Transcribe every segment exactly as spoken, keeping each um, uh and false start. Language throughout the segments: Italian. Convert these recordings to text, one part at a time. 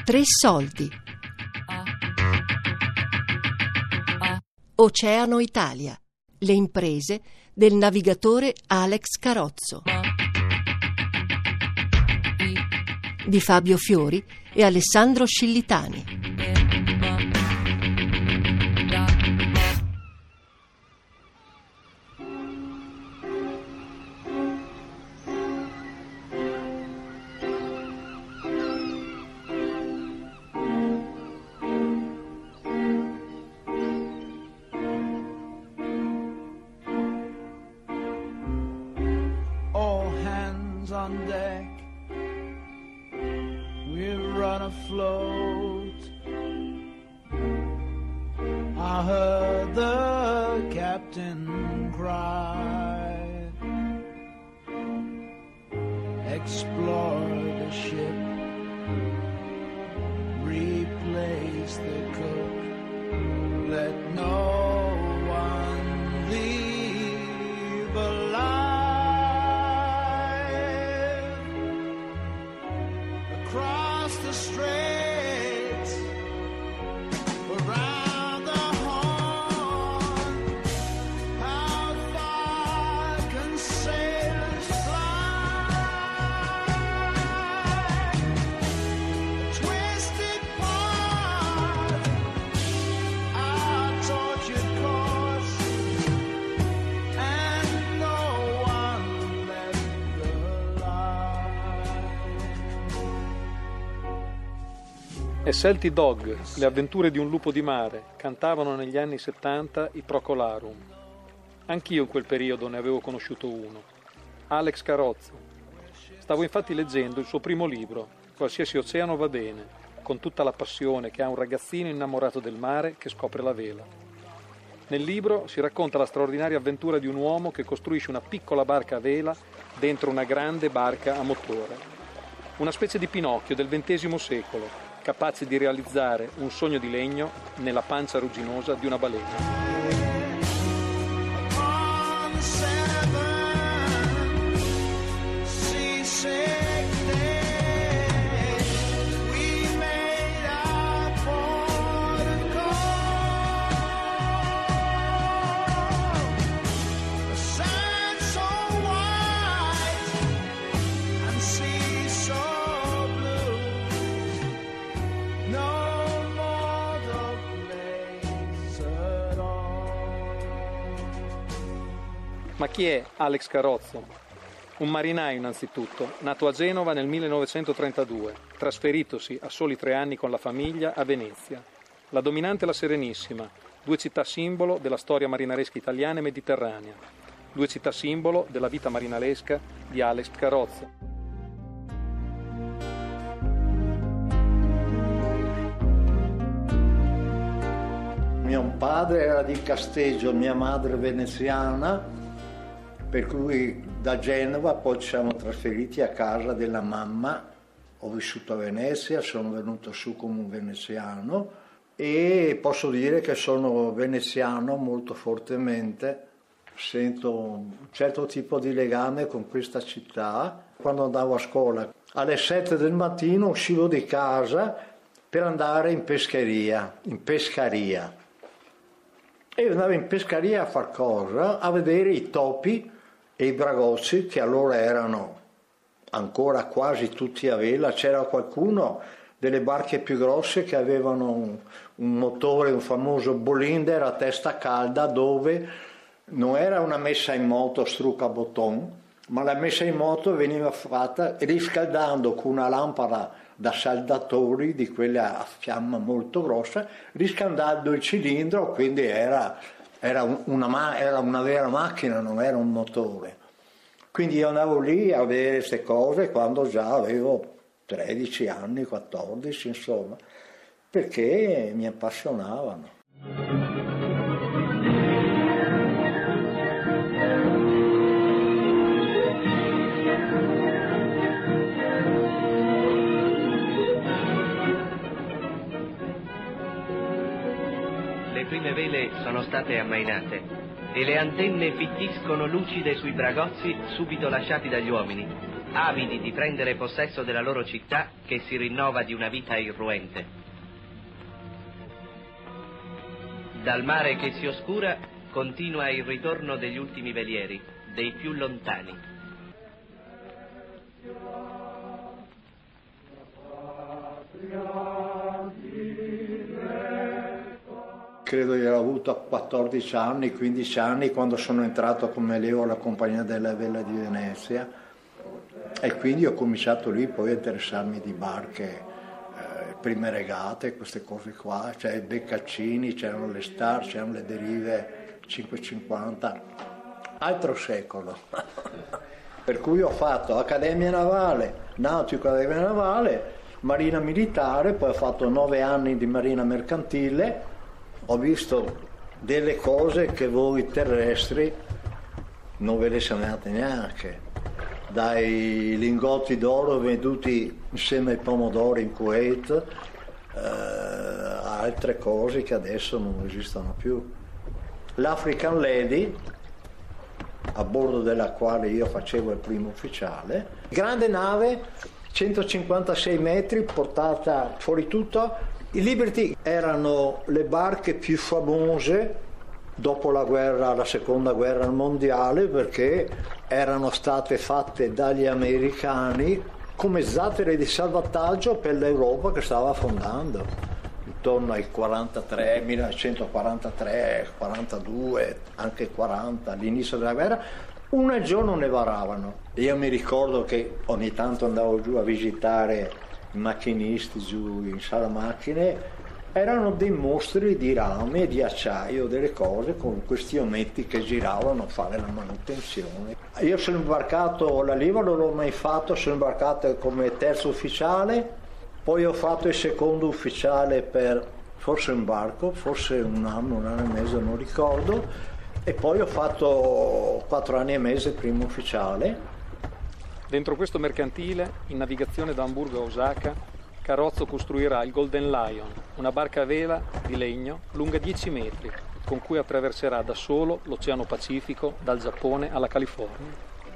Tre soldi. Oceano Italia. Le imprese del navigatore Alex Carozzo. Di Fabio Fiori e Alessandro Scillitani. On deck, we run afloat. I heard the captain cry, explore the ship, replace the cook, let no one leave alive. Across the straits, around the Horn, how far can sailors fly? Twisted part, our tortured course, and no one left alive. E Celtic Dog, le avventure di un lupo di mare, cantavano negli anni settanta i Procolarum. Anch'io in quel periodo ne avevo conosciuto uno, Alex Carozzo. Stavo infatti leggendo il suo primo libro, Qualsiasi oceano va bene, con tutta la passione che ha un ragazzino innamorato del mare che scopre la vela. Nel libro si racconta la straordinaria avventura di un uomo che costruisce una piccola barca a vela dentro una grande barca a motore. Una specie di Pinocchio del ventesimo secolo, capace di realizzare un sogno di legno nella pancia rugginosa di una balena. Ma chi è Alex Carozzo? Un marinaio innanzitutto, nato a Genova nel millenovecentotrentadue, trasferitosi a soli tre anni con la famiglia a Venezia. La dominante e la Serenissima, due città simbolo della storia marinaresca italiana e mediterranea, due città simbolo della vita marinalesca di Alex Carozzo. Mio padre era di Casteggio, mia madre veneziana, per cui da Genova poi ci siamo trasferiti a casa della mamma. Ho vissuto a Venezia, sono venuto su come un veneziano e posso dire che sono veneziano molto fortemente. Sento un certo tipo di legame con questa città. Quando andavo a scuola alle sette del mattino uscivo di casa per andare in pescheria, in pescaria. E andavo in pescaria a far cosa? A vedere i topi e i bragozzi, che allora erano ancora quasi tutti a vela. C'era qualcuno delle barche più grosse che avevano un, un motore, un famoso Bolinder a testa calda, dove non era una messa in moto strucca botton, ma la messa in moto veniva fatta riscaldando con una lampada da saldatori, di quelle a fiamma molto grossa, riscaldando il cilindro, quindi era, era, una, era una vera macchina, non era un motore. Quindi io andavo lì a vedere queste cose quando già avevo tredici anni, quattordici, insomma, perché mi appassionavano. Le prime vele sono state ammainate e le antenne ficchiscono lucide sui bragozzi subito lasciati dagli uomini. avidi di prendere possesso della loro città che si rinnova di una vita irruente. Dal mare che si oscura continua il ritorno degli ultimi velieri, dei più lontani. Credo di aver avuto quattordici anni, quindici anni quando sono entrato come allievo alla Compagnia della Vela di Venezia, e quindi ho cominciato lì poi a interessarmi di barche, eh, prime regate, queste cose qua, cioè i Beccaccini, c'erano le Star, c'erano le Derive cinquecentocinquanta, altro secolo. Per cui ho fatto Accademia Navale, Nautico Accademia Navale, Marina Militare, poi ho fatto nove anni di Marina Mercantile. Ho visto delle cose che voi terrestri non ve le sognate neanche, dai lingotti d'oro venduti insieme ai pomodori in Kuwait, eh, a altre cose che adesso non esistono più. L'African Lady, a bordo della quale io facevo il primo ufficiale, grande nave, centocinquantasei metri, portata fuori tutto. I Liberty erano le barche più famose dopo la guerra, la seconda guerra mondiale, perché erano state fatte dagli americani come zattere di salvataggio per l'Europa che stava affondando intorno ai quarantatré, millenovecentoquarantatré, quarantadue, anche quaranta, all'inizio della guerra. Una giorno ne varavano. Io mi ricordo che ogni tanto andavo giù a visitare i macchinisti giù in sala macchine, erano dei mostri di rame e di acciaio, delle cose con questi ometti che giravano a fare la manutenzione. Io sono imbarcato, l'allievo non l'ho mai fatto, sono imbarcato come terzo ufficiale, poi ho fatto il secondo ufficiale per forse un barco, forse un anno, un anno e mezzo, non ricordo, e poi ho fatto quattro anni e mezzo il primo ufficiale. Dentro questo mercantile, in navigazione da Amburgo a Osaka, Carrozzo costruirà il Golden Lion, una barca a vela di legno lunga dieci metri, con cui attraverserà da solo l'Oceano Pacifico dal Giappone alla California.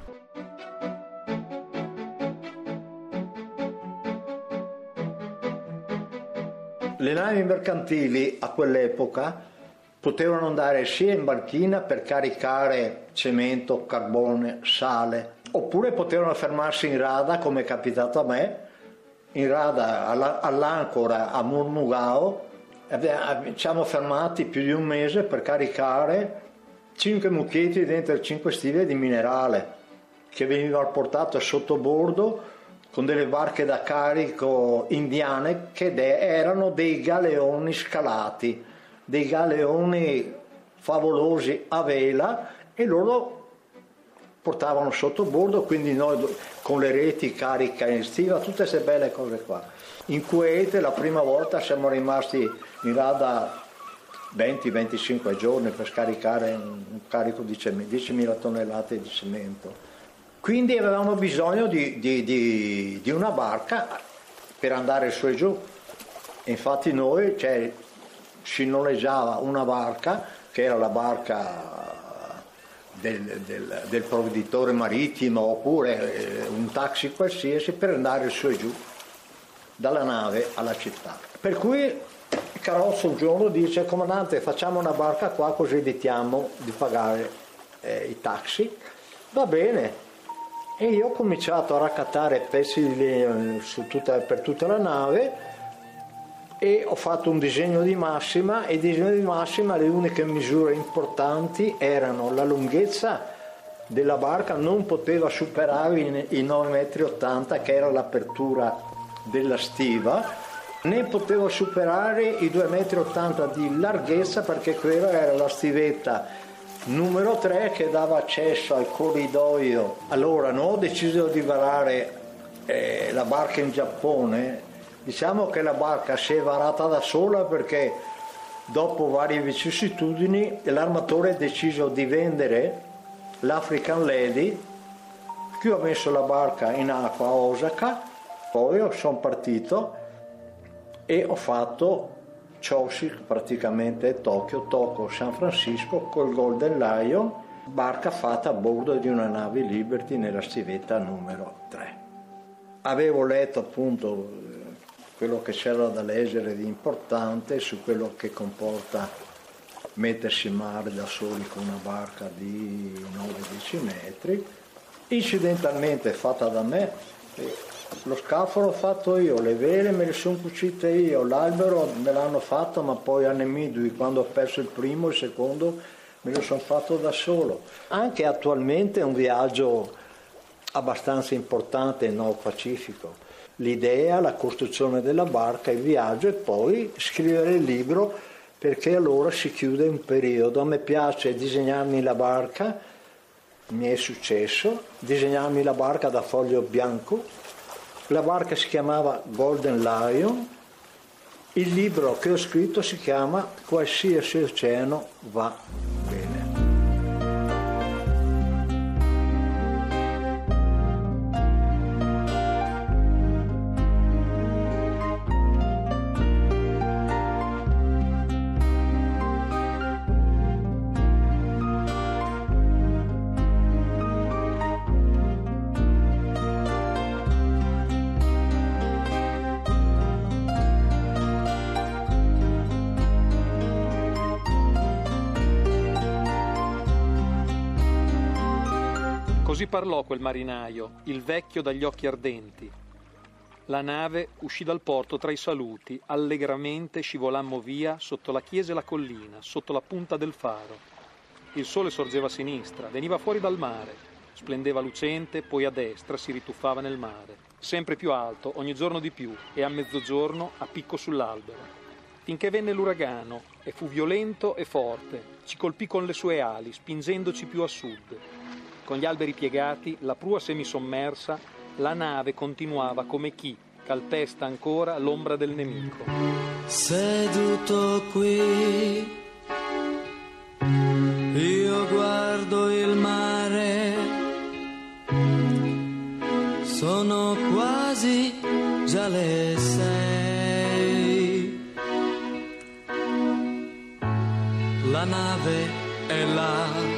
Le navi mercantili a quell'epoca potevano andare sia in banchina per caricare cemento, carbone, sale, oppure potevano fermarsi in rada, come è capitato a me, in rada all'ancora a Murmugao. Ci siamo fermati più di un mese per caricare cinque mucchietti dentro cinque stive di minerale che venivano portate sottobordo con delle barche da carico indiane che erano dei galeoni scalati, dei galeoni favolosi a vela, e loro portavano sotto bordo, quindi noi con le reti carica in stiva, tutte queste belle cose qua. In Kuwait la prima volta siamo rimasti in rada venti venticinque giorni per scaricare un carico di cemento, diecimila tonnellate di cemento. Quindi avevamo bisogno di, di, di, di una barca per andare su e giù. Infatti noi, cioè, si noleggiava una barca, che era la barca Del, del, del provveditore marittimo, oppure eh, un taxi qualsiasi, per andare su e giù dalla nave alla città. Per cui Carrozzo un giorno dice: comandante, facciamo una barca qua così evitiamo di pagare eh, i taxi. Va bene. E io ho cominciato a raccattare pezzi di legno su tutta, per tutta la nave, e ho fatto un disegno di massima, e il disegno di massima, le uniche misure importanti erano la lunghezza della barca, non poteva superare i nove virgola ottanta metri, che era l'apertura della stiva, né poteva superare i due virgola ottanta metri di larghezza, perché quella era la stivetta numero tre che dava accesso al corridoio. Allora no, ho deciso di varare eh, la barca in Giappone. Diciamo che la barca si è varata da sola, perché dopo varie vicissitudini l'armatore ha deciso di vendere l'African Lady. Qui ho messo la barca in acqua a Osaka, poi sono partito e ho fatto Choshi, praticamente Tokyo, Tokyo, San Francisco col Golden Lion, barca fatta a bordo di una nave Liberty nella stivetta numero tre. Avevo letto appunto quello che c'era da leggere di importante su quello che comporta mettersi in mare da soli con una barca di nove dieci metri, incidentalmente fatta da me. Lo scafo l'ho fatto io, le vele me le sono cucite io, l'albero me l'hanno fatto, ma poi a Nemidui, quando ho perso il primo e il secondo, me lo sono fatto da solo. Anche attualmente è un viaggio abbastanza importante il Nord Pacifico. L'idea, la costruzione della barca, il viaggio e poi scrivere il libro, perché allora si chiude un periodo. A me piace disegnarmi la barca, mi è successo, disegnarmi la barca da foglio bianco. La barca si chiamava Golden Lion, il libro che ho scritto si chiama Qualsiasi oceano va bene. Così parlò quel marinaio, il vecchio dagli occhi ardenti. La nave uscì dal porto tra i saluti, allegramente scivolammo via sotto la chiesa e la collina, sotto la punta del faro. Il sole sorgeva a sinistra, veniva fuori dal mare, splendeva lucente, poi a destra si rituffava nel mare, sempre più alto, ogni giorno di più, e a mezzogiorno a picco sull'albero. Finché venne l'uragano, e fu violento e forte, ci colpì con le sue ali, spingendoci più a sud. Con gli alberi piegati, la prua semisommersa, la nave continuava come chi calpesta ancora l'ombra del nemico. Seduto qui, io guardo il mare, sono quasi già le sei. La nave è là,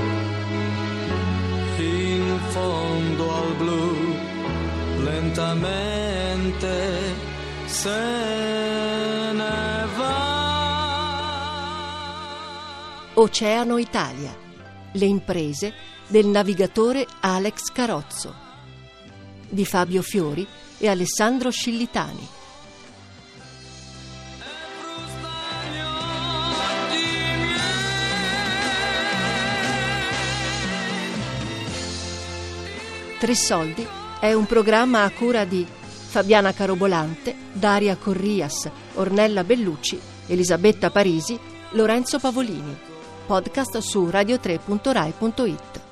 in fondo al blu, lentamente se ne va. Oceano Italia. Le imprese del navigatore Alex Carozzo di Fabio Fiori e Alessandro Scillitani. Tre Soldi è un programma a cura di Fabiana Carobolante, Daria Corrias, Ornella Bellucci, Elisabetta Parisi, Lorenzo Pavolini. Podcast su radio tre punto rai punto it.